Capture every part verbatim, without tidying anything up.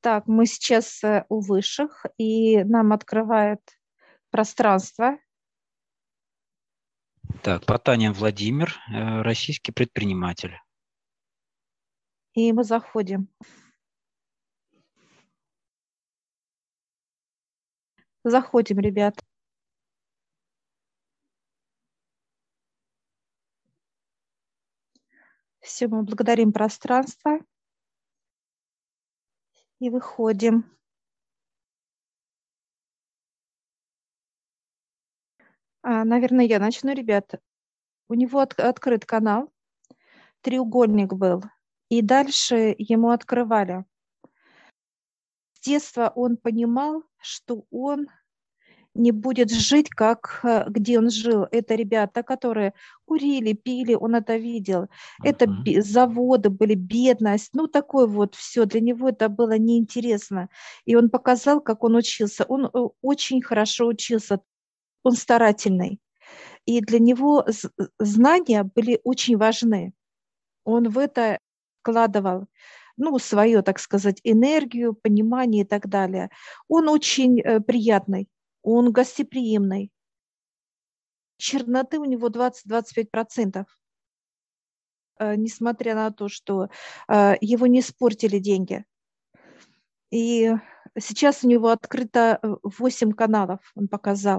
Так, мы сейчас э, у высших, и нам открывает пространство. Так, Потанин Владимир, э, российский предприниматель. И мы заходим. Заходим, ребят. Все, мы благодарим пространство. И выходим. А, наверное, я начну, ребят. У него от- открыт канал. Треугольник был. И дальше ему открывали. С детства он понимал, что он не будет жить, как э, где он жил. Это ребята, которые курили, пили, он это видел. Это Мгм. бе- заводы были, бедность, ну такое вот все. Для него это было неинтересно. И он показал, как он учился. Он э, очень хорошо учился, он старательный. И для него з- знания были очень важны. Он в это вкладывал, ну, свою, так сказать, энергию, понимание и так далее. Он очень э, приятный, он гостеприимный. Черноты у него двадцать-двадцать пять процентов, э, несмотря на то, что э, его не испортили деньги. И сейчас у него открыто восемь каналов, он показал.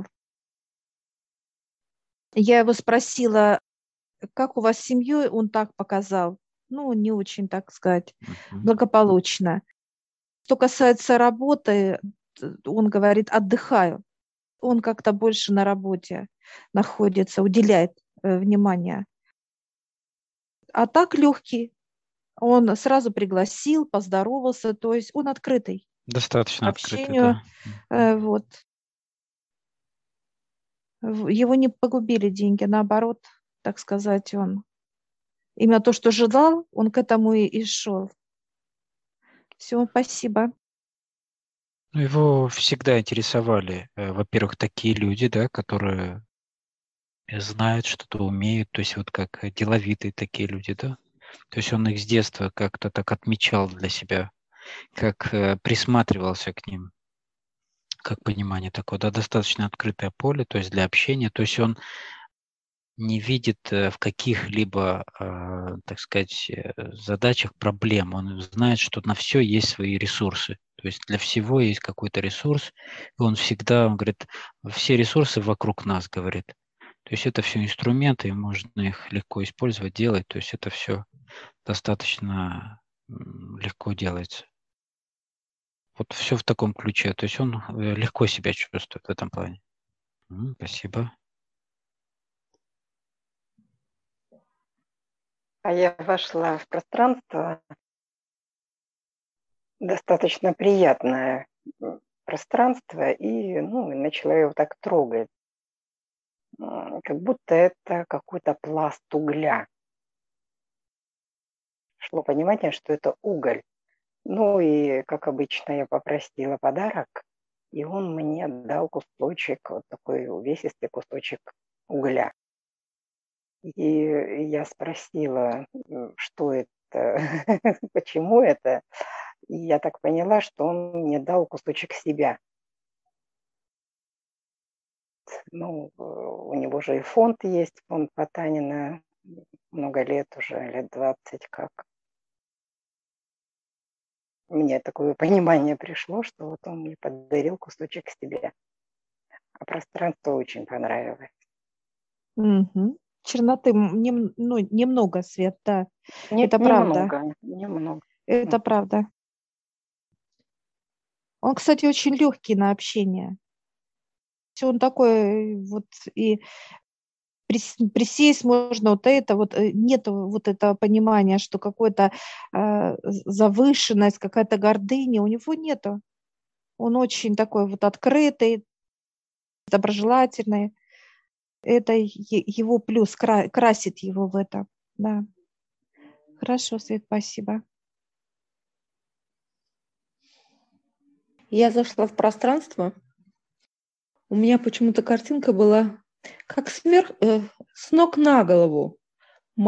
Я его спросила, как у вас с семьей, он так показал. Ну, не очень, так сказать, Мгм. благополучно. Что касается работы, т- он говорит, отдыхаю. Он как-то больше на работе находится, уделяет э, внимание. А так легкий. Он сразу пригласил, поздоровался, то есть он открытый к Достаточно открытый, общению. да. Мгм. э, Вот. В- Его не погубили деньги, наоборот, так сказать, он именно то, что желал, он к этому и, и шел. Все, спасибо. Ну, его всегда интересовали, э, во-первых, такие люди, да, которые знают, что-то умеют, то есть вот как э, деловитые такие люди, да. То есть он их с детства как-то так отмечал для себя, как э, присматривался к ним, как понимание такое, да, достаточно открытое поле, то есть для общения, то есть он не видит э, в каких-либо, а, так сказать, э, задачах проблем. Он знает, что на все есть свои ресурсы. То есть для всего есть какой-то ресурс, и он всегда, он говорит, все ресурсы вокруг нас, говорит. То есть это все инструменты, и можно их легко использовать, делать. То есть это все достаточно м, легко делается. Вот все в таком ключе. То есть он э, легко себя чувствует в этом плане. М, Спасибо. А я вошла в пространство, достаточно приятное м, пространство, и, ну, и начала его так трогать, М, как будто это какой-то пласт угля. Шло понимание, что это уголь. Ну и, как обычно, я попросила подарок, и он мне дал кусочек, вот такой увесистый кусочек угля. И я спросила, м, что это, почему это. И я так поняла, что он мне дал кусочек себя. Ну, э, у него же и фонд есть, фонд Потанина, много лет уже, лет двадцать как. Мне такое понимание пришло, что вот он мне подарил кусочек себя. А пространство очень понравилось. Мгм. Черноты м, нем- ну, немного свет, да. Не, Это правда. немного, немного. Это Мгм. правда. Он, кстати, очень легкий на общение. Всё, он такой вот и прис- присесть можно, вот это вот, э, нету вот этого понимания, что какой-то э, з- завышенность, какая-то гордыня, у него нету. Он очень такой вот открытый, доброжелательный. Это е- его плюс, кра- красит его в это. Да. Хорошо, Свет, спасибо. Я зашла в пространство. У меня почему-то картинка была как сверх, э, с ног на голову.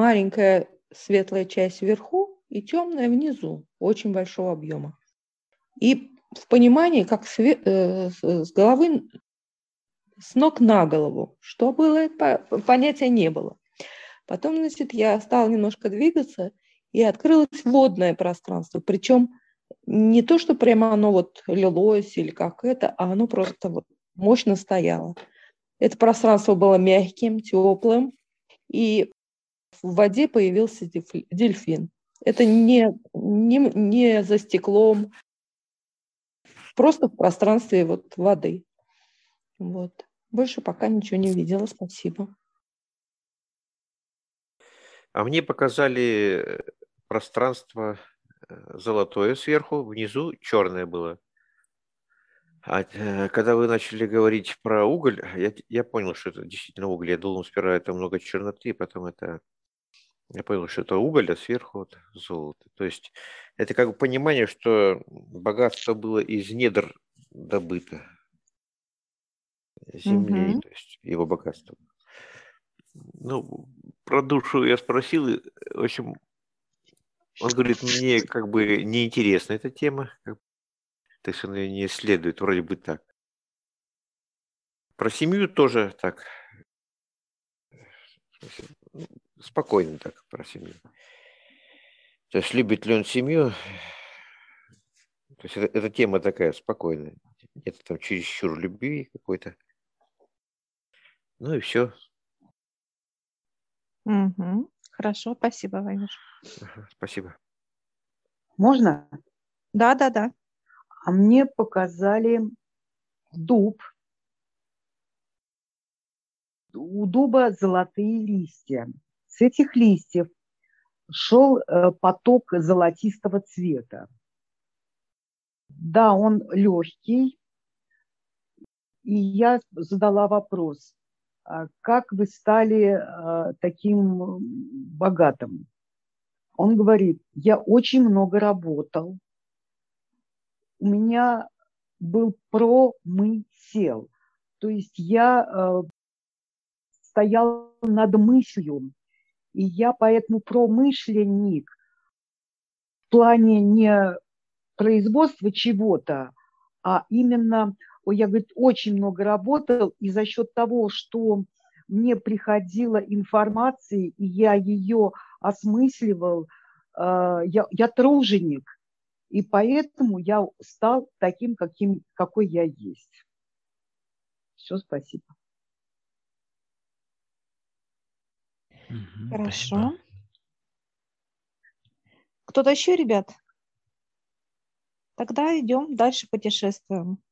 Маленькая светлая часть вверху и темная внизу, очень большого объема. И в понимании, как све- э, с головы, с ног на голову. Что было, понятия не было. Потом, значит, я стала немножко двигаться, и открылось водное пространство. Причем не то, что прямо оно вот лилось или как это, а оно просто вот мощно стояло. Это пространство было мягким, теплым, и в воде появился дельфин. Это не, не, не за стеклом, просто в пространстве вот воды. Вот. Больше пока ничего не видела, спасибо. А мне показали пространство золотое сверху, внизу черное было. А когда вы начали говорить про уголь, я, я понял, что это действительно уголь. Я думал, сперва это много черноты, потом это... Я понял, что это уголь, а сверху вот золото. То есть это как бы понимание, что богатство было из недр добыто земли, Мгм. то есть его богатство. Ну, про душу я спросил, и, в общем, он говорит, мне как бы неинтересна эта тема, как, то есть он ее не исследует, вроде бы так. Про семью тоже так, ну, спокойно так про семью. То есть любит ли он семью, то есть это, эта тема такая спокойная, нет там чересчур любви какой-то. Ну и все. Мгм. Хорошо, спасибо, Ванюш. Ага, спасибо. Можно? Да, да, да. А мне показали дуб. У дуба золотые листья. С этих листьев шел э, поток золотистого цвета. Да, он легкий. И я задала вопрос, а как вы стали э, таким богатым? Он говорит, я очень много работал. У меня был промысел. То есть я э, стоял над мыслью, и я поэтому промышленник в плане не производства чего-то, а именно, ой, я, говорит, очень много работал, и за счет того, что мне приходила информация, и я ее осмысливал, э, я, я труженик, и поэтому я стал таким, каким, какой я есть. Все, спасибо. Мгм, Хорошо. спасибо. Кто-то еще, ребят? Тогда идем дальше, путешествуем.